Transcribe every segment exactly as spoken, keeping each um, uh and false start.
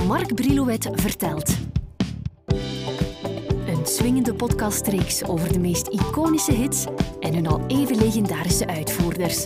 Mark Brilouet vertelt. Een swingende podcastreeks over de meest iconische hits en hun al even legendarische uitvoerders.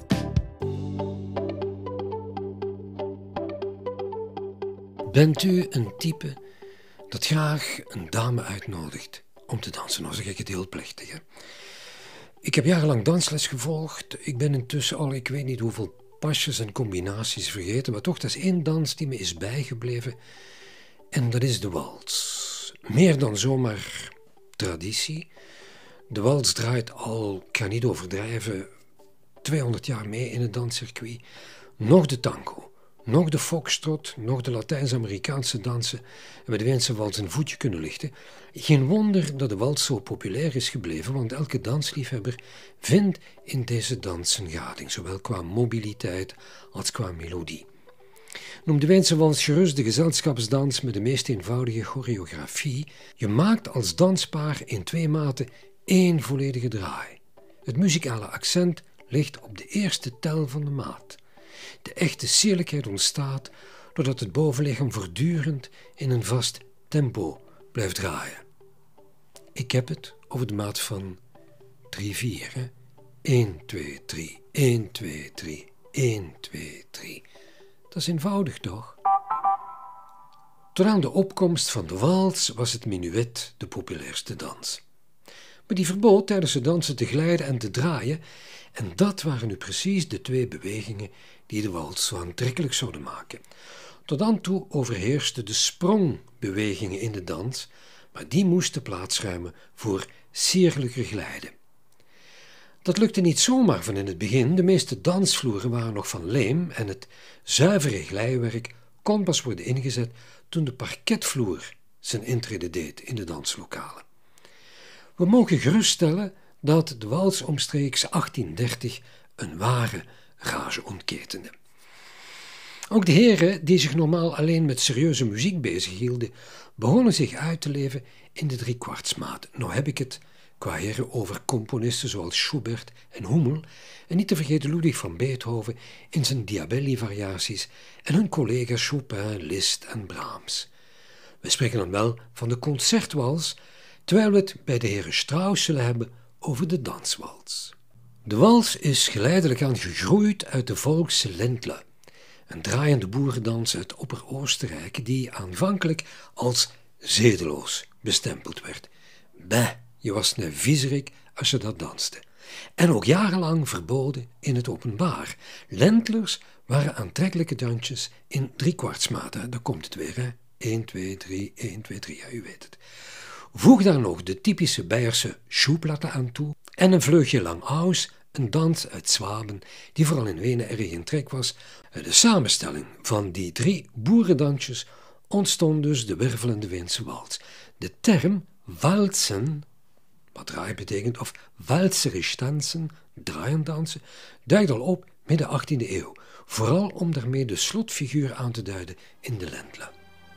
Bent u een type dat graag een dame uitnodigt om te dansen? Nou zeg ik het heel plechtig, hè? Ik heb jarenlang dansles gevolgd. Ik ben intussen al, ik weet niet hoeveel pasjes en combinaties vergeten, maar toch, dat is één dans die me is bijgebleven. En dat is de wals. Meer dan zomaar traditie. De wals draait al, ik ga niet overdrijven, tweehonderd jaar mee in het danscircuit. Nog de tango. Nog de foxtrot, nog de Latijns-Amerikaanse dansen hebben de Weense wals een voetje kunnen lichten. Geen wonder dat de wals zo populair is gebleven, want elke dansliefhebber vindt in deze dans een gading, zowel qua mobiliteit als qua melodie. Noem de Weense wals gerust de gezelschapsdans met de meest eenvoudige choreografie. Je maakt als danspaar in twee maten één volledige draai. Het muzikale accent ligt op de eerste tel van de maat. De echte sierlijkheid ontstaat doordat het bovenlichaam voortdurend in een vast tempo blijft draaien. Ik heb het over de maat van drie vier. één, twee, drie, één, twee, drie, één, twee, drie. Dat is eenvoudig, toch? Tot aan de opkomst van de wals was het menuet de populairste dans. Maar die verbood tijdens het dansen te glijden en te draaien, en dat waren nu precies de twee bewegingen die de wals zo aantrekkelijk zouden maken. Tot dan toe overheersten de sprongbewegingen in de dans, maar die moesten plaatsruimen voor sierlijker glijden. Dat lukte niet zomaar van in het begin. De meeste dansvloeren waren nog van leem en het zuivere glijwerk kon pas worden ingezet toen de parketvloer zijn intrede deed in de danslokalen. We mogen geruststellen dat de wals omstreeks achttien dertig een ware rage ontketende. Ook de heren, die zich normaal alleen met serieuze muziek bezighielden, begonnen zich uit te leven in de driekwartsmaat. Nou heb ik het qua heren over componisten zoals Schubert en Hummel, en niet te vergeten Ludwig van Beethoven in zijn Diabelli-variaties en hun collega's Chopin, Liszt en Brahms. We spreken dan wel van de concertwals, terwijl we het bij de heren Strauss zullen hebben over de danswals. De wals is geleidelijk aan gegroeid uit de volkse Ländler, een draaiende boerendans uit Opper-Oostenrijk die aanvankelijk als zedeloos bestempeld werd. Bah, je was een viezerik als je dat danste. En ook jarenlang verboden in het openbaar. Ländlers waren aantrekkelijke dansjes in driekwartsmaten. Daar komt het weer, hè? één, twee, drie, één, twee, drie, ja, u weet het. Voeg daar nog de typische Beierse Schuhplatte aan toe en een vleugje lang aus, een dans uit Zwaben die vooral in Wenen erg in trek was. De samenstelling van die drie boerendansjes ontstond dus de wervelende Weense wals. De term walsen, wat draai betekent, of walserisch dansen, draaiend dansen, duikt al op midden achttiende eeuw, vooral om daarmee de slotfiguur aan te duiden in de Ländler.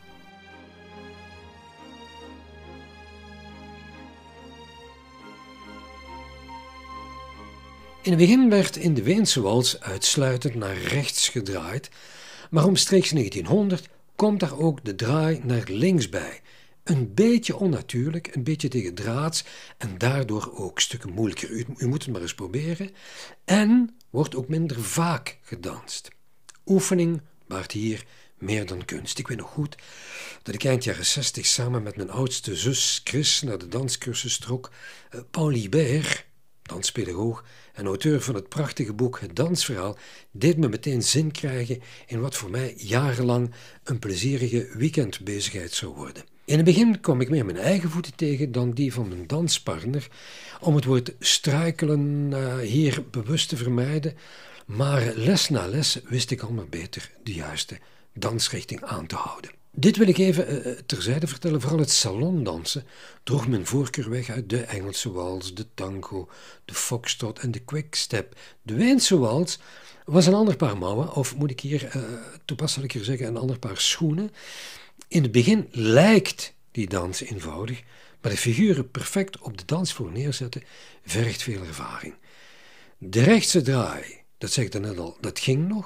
In het begin werd in de Weense wals uitsluitend naar rechts gedraaid, maar omstreeks negentienhonderd komt daar ook de draai naar links bij. Een beetje onnatuurlijk, een beetje tegendraads en daardoor ook stukken moeilijker. U, u moet het maar eens proberen. En wordt ook minder vaak gedanst. Oefening baart hier meer dan kunst. Ik weet nog goed dat ik eind jaren zestig samen met mijn oudste zus Chris naar de danscursus trok. Uh, Paul Libert, danspedagoog en auteur van het prachtige boek Het Dansverhaal, deed me meteen zin krijgen in wat voor mij jarenlang een plezierige weekendbezigheid zou worden. In het begin kwam ik meer mijn eigen voeten tegen dan die van mijn danspartner, om het woord struikelen uh, hier bewust te vermijden, maar les na les wist ik al maar beter de juiste dansrichting aan te houden. Dit wil ik even uh, terzijde vertellen. Vooral het salondansen droeg mijn voorkeur weg uit de Engelse wals, de tango, de foxtrot en de quickstep. De Weense wals was een ander paar mouwen, of moet ik hier uh, toepasselijker zeggen, een ander paar schoenen. In het begin lijkt die dans eenvoudig, maar de figuren perfect op de dansvloer neerzetten vergt veel ervaring. De rechtse draai, dat zeg ik dan net al, dat ging nog,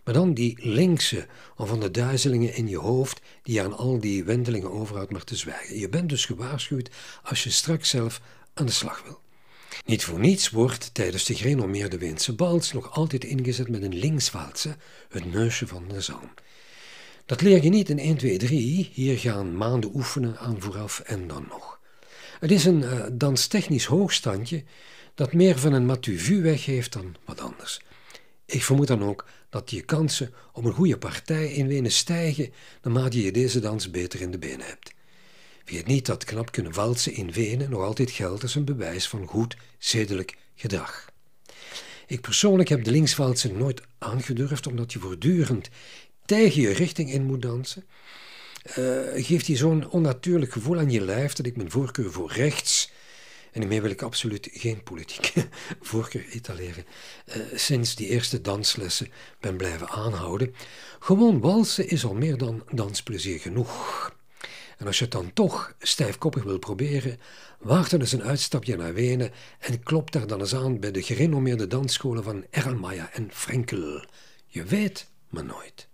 Maar dan die linkse, of van de duizelingen in je hoofd, die aan al die wendelingen overhoudt maar te zwijgen. Je bent dus gewaarschuwd als je straks zelf aan de slag wil. Niet voor niets wordt tijdens de gerenommeerde Weense Wals nog altijd ingezet met een linkswals, het neusje van de zalm. Dat leer je niet in één, twee, drie, hier gaan maanden oefenen aan vooraf en dan nog. Het is een uh, danstechnisch hoogstandje dat meer van een matu vu weg heeft dan wat anders. Ik vermoed dan ook dat je kansen op een goede partij in Wenen stijgen naarmate je deze dans beter in de benen hebt. Weet niet dat knap kunnen walsen in Wenen nog altijd geldt als een bewijs van goed zedelijk gedrag. Ik persoonlijk heb de linkswalsen nooit aangedurfd, omdat je voortdurend tegen je richting in moet dansen. Uh, geeft die zo'n onnatuurlijk gevoel aan je lijf dat ik mijn voorkeur voor rechts, en hiermee wil ik absoluut geen politieke voorkeur etaleren, uh, sinds die eerste danslessen ben blijven aanhouden. Gewoon walsen is al meer dan dansplezier genoeg. En als je het dan toch stijfkoppig wil proberen, waag dan eens een uitstapje naar Wenen en klop daar dan eens aan bij de gerenommeerde dansscholen van Erlmeyer en Frenkel. Je weet maar nooit.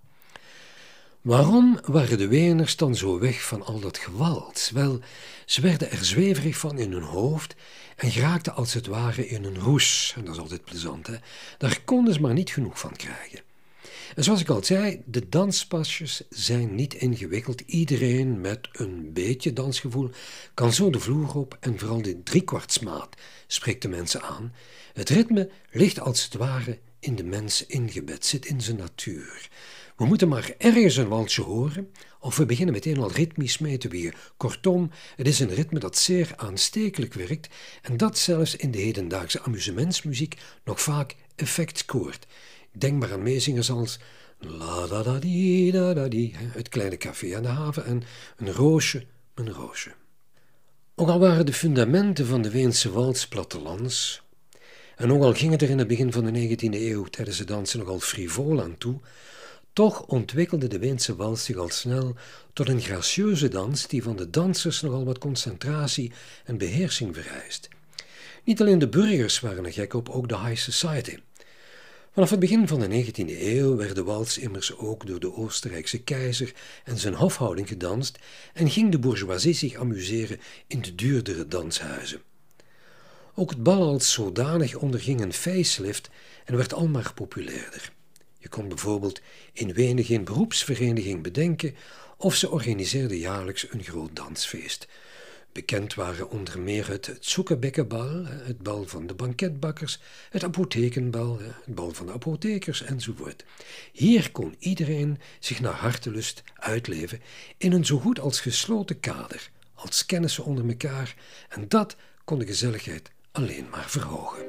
Waarom waren de Weners dan zo weg van al dat gewals? Wel, ze werden er zweverig van in hun hoofd en geraakten als het ware in een roes. En dat is altijd plezant, hè? Daar konden ze maar niet genoeg van krijgen. En zoals ik al zei, de danspasjes zijn niet ingewikkeld. Iedereen met een beetje dansgevoel kan zo de vloer op en vooral de driekwartsmaat spreekt de mensen aan. Het ritme ligt als het ware in de mens ingebed, zit in zijn natuur. We moeten maar ergens een walsje horen of we beginnen meteen al ritmisch mee te wieren. Kortom, het is een ritme dat zeer aanstekelijk werkt en dat zelfs in de hedendaagse amusementsmuziek nog vaak effect scoort. Denk maar aan meezingers als la da da di da da di, het kleine café aan de haven en een roosje, een roosje. Ook al waren de fundamenten van de Weense wals plattelands, en ook al ging het er in het begin van de negentiende eeuw tijdens de dansen nogal frivol aan toe, toch ontwikkelde de Weense wals zich al snel tot een gracieuze dans die van de dansers nogal wat concentratie en beheersing vereist. Niet alleen de burgers waren er gek op, ook de high society. Vanaf het begin van de negentiende eeuw werd de wals immers ook door de Oostenrijkse keizer en zijn hofhouding gedanst en ging de bourgeoisie zich amuseren in de duurdere danshuizen. Ook het bal als zodanig onderging een facelift en werd almaar populairder. Je kon bijvoorbeeld in Wenen geen beroepsvereniging bedenken of ze organiseerden jaarlijks een groot dansfeest. Bekend waren onder meer het Zoekerbekkenbal, het bal van de banketbakkers, het apothekenbal, het bal van de apothekers enzovoort. Hier kon iedereen zich naar hartelust uitleven in een zo goed als gesloten kader, als kennissen onder elkaar, en dat kon de gezelligheid alleen maar verhogen.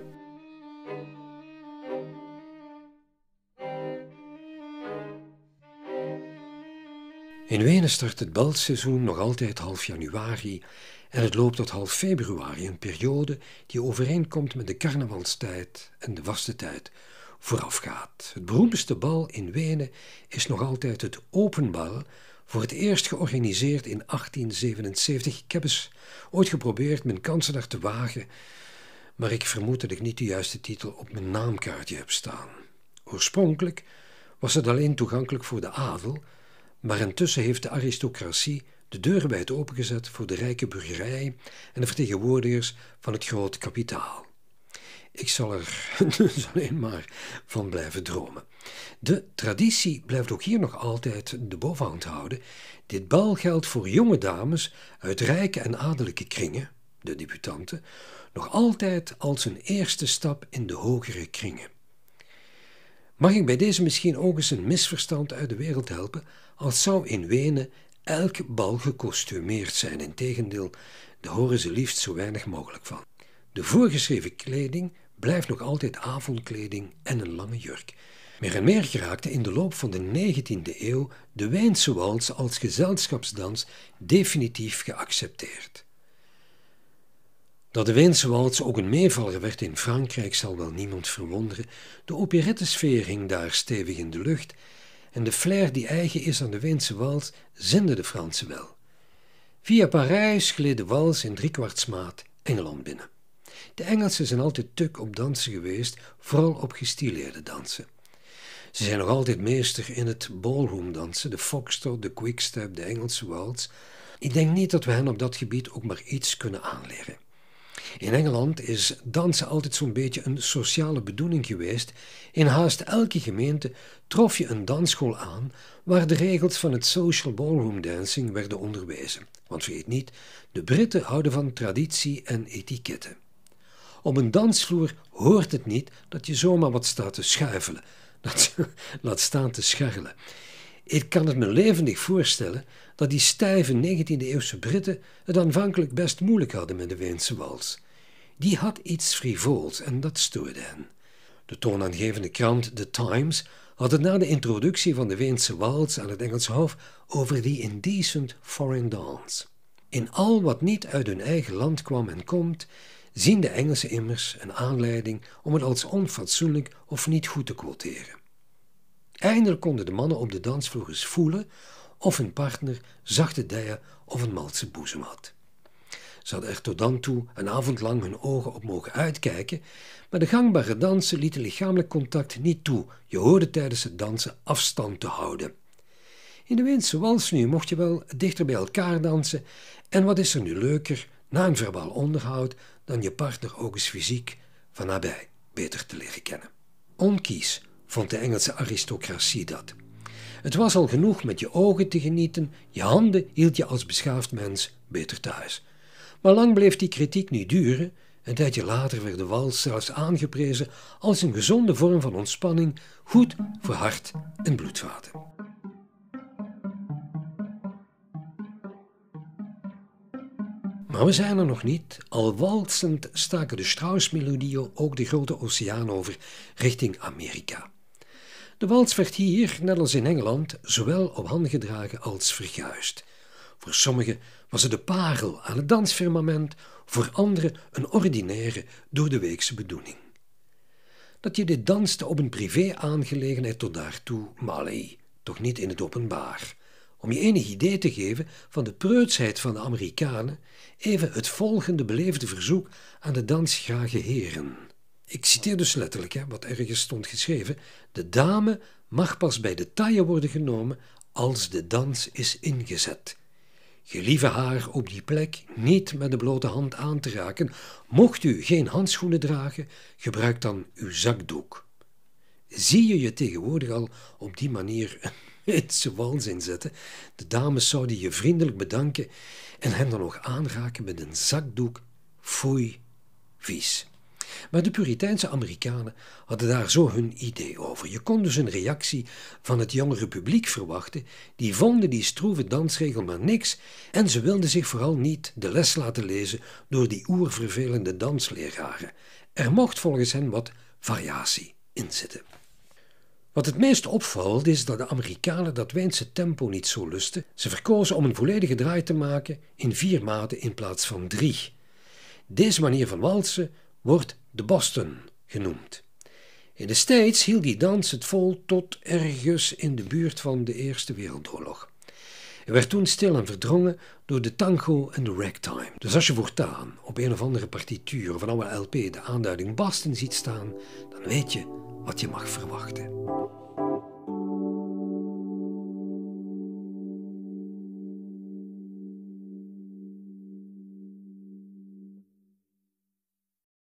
In Wenen start het balseizoen nog altijd half januari en het loopt tot half februari, een periode die overeenkomt met de carnavalstijd en de vastentijd voorafgaat. Het beroemdste bal in Wenen is nog altijd het Openbal, voor het eerst georganiseerd in achttien zevenenzeventig. Ik heb eens ooit geprobeerd mijn kansen daar te wagen, maar ik vermoed dat ik niet de juiste titel op mijn naamkaartje heb staan. Oorspronkelijk was het alleen toegankelijk voor de adel, maar intussen heeft de aristocratie de deuren wijd opengezet voor de rijke burgerij en de vertegenwoordigers van het groot kapitaal. Ik zal er dus alleen maar van blijven dromen. De traditie blijft ook hier nog altijd de bovenhand houden. Dit bal geldt voor jonge dames uit rijke en adellijke kringen, de debutanten, nog altijd als een eerste stap in de hogere kringen. Mag ik bij deze misschien ook eens een misverstand uit de wereld helpen, als zou in Wenen elk bal gekostumeerd zijn. Integendeel, daar horen ze liefst zo weinig mogelijk van. De voorgeschreven kleding blijft nog altijd avondkleding en een lange jurk. Meer en meer geraakte in de loop van de negentiende eeuw de Weense wals als gezelschapsdans definitief geaccepteerd. Dat de Weense wals ook een meevaller werd in Frankrijk zal wel niemand verwonderen. De operettesfeer hing daar stevig in de lucht en de flair die eigen is aan de Weense wals zenden de Fransen wel. Via Parijs gleed de wals in driekwartsmaat Engeland binnen. De Engelsen zijn altijd tuk op dansen geweest, vooral op gestileerde dansen. Ze zijn nog altijd meester in het ballroomdansen, de foxtrot, de quickstep, de Engelse wals. Ik denk niet dat we hen op dat gebied ook maar iets kunnen aanleren. In Engeland is dansen altijd zo'n beetje een sociale bedoeling geweest. In haast elke gemeente trof je een dansschool aan waar de regels van het social ballroom dancing werden onderwezen. Want vergeet niet, de Britten houden van traditie en etiketten. Op een dansvloer hoort het niet dat je zomaar wat staat te schuifelen, dat laat staan te scharrelen. Ik kan het me levendig voorstellen dat die stijve negentiende-eeuwse Britten het aanvankelijk best moeilijk hadden met de Weense wals. Die had iets frivols en dat stoorde hen. De toonaangevende krant The Times had het na de introductie van de Weense wals aan het Engelse hof over the indecent foreign dance. In al wat niet uit hun eigen land kwam en komt, zien de Engelsen immers een aanleiding om het als onfatsoenlijk of niet goed te quoteren. Eindelijk konden de mannen op de dansvloer eens voelen of hun partner zachte dijen of een malse boezem had. Ze hadden er tot dan toe een avond lang hun ogen op mogen uitkijken, maar de gangbare dansen lieten lichamelijk contact niet toe. Je hoorde tijdens het dansen afstand te houden. In de Weense wals nu mocht je wel dichter bij elkaar dansen en wat is er nu leuker na een verbaal onderhoud dan je partner ook eens fysiek van nabij beter te leren kennen. Onkies vond de Engelse aristocratie dat. Het was al genoeg met je ogen te genieten, je handen hield je als beschaafd mens beter thuis. Maar lang bleef die kritiek niet duren. Een tijdje later werd de wals zelfs aangeprezen als een gezonde vorm van ontspanning, goed voor hart en bloedvaten. Maar we zijn er nog niet. Al walsend staken de Strauss-melodieën ook de grote oceaan over richting Amerika. De wals werd hier, net als in Engeland, zowel op handen gedragen als verguisd. Voor sommigen was het de parel aan het dansfirmament, voor anderen een ordinaire, doordeweekse bedoeling. Dat je dit danste op een privé-aangelegenheid tot daartoe, maar allee, toch niet in het openbaar. Om je enig idee te geven van de preutsheid van de Amerikanen, even het volgende beleefde verzoek aan de dansgrage heren. Ik citeer dus letterlijk hè, wat ergens stond geschreven. De dame mag pas bij de taille worden genomen als de dans is ingezet. Gelieve haar op die plek niet met de blote hand aan te raken. Mocht u geen handschoenen dragen, gebruik dan uw zakdoek. Zie je je tegenwoordig al op die manier een Weense wals inzetten? De dames zouden je vriendelijk bedanken en hen dan nog aanraken met een zakdoek. Foei, vies. Maar de Puriteinse Amerikanen hadden daar zo hun idee over. Je kon dus een reactie van het jongere publiek verwachten. Die vonden die stroeve dansregel maar niks en ze wilden zich vooral niet de les laten lezen door die oervervelende dansleraren. Er mocht volgens hen wat variatie in zitten. Wat het meest opvalt is dat de Amerikanen dat Weense tempo niet zo lusten. Ze verkozen om een volledige draai te maken in vier maten in plaats van drie. Deze manier van walsen wordt de Boston genoemd. In de States hield die dans het vol tot ergens in de buurt van de Eerste Wereldoorlog. Er werd toen stil en verdrongen door de tango en de ragtime. Dus als je voortaan op een of andere partituur of een oude L P de aanduiding Boston ziet staan, dan weet je wat je mag verwachten.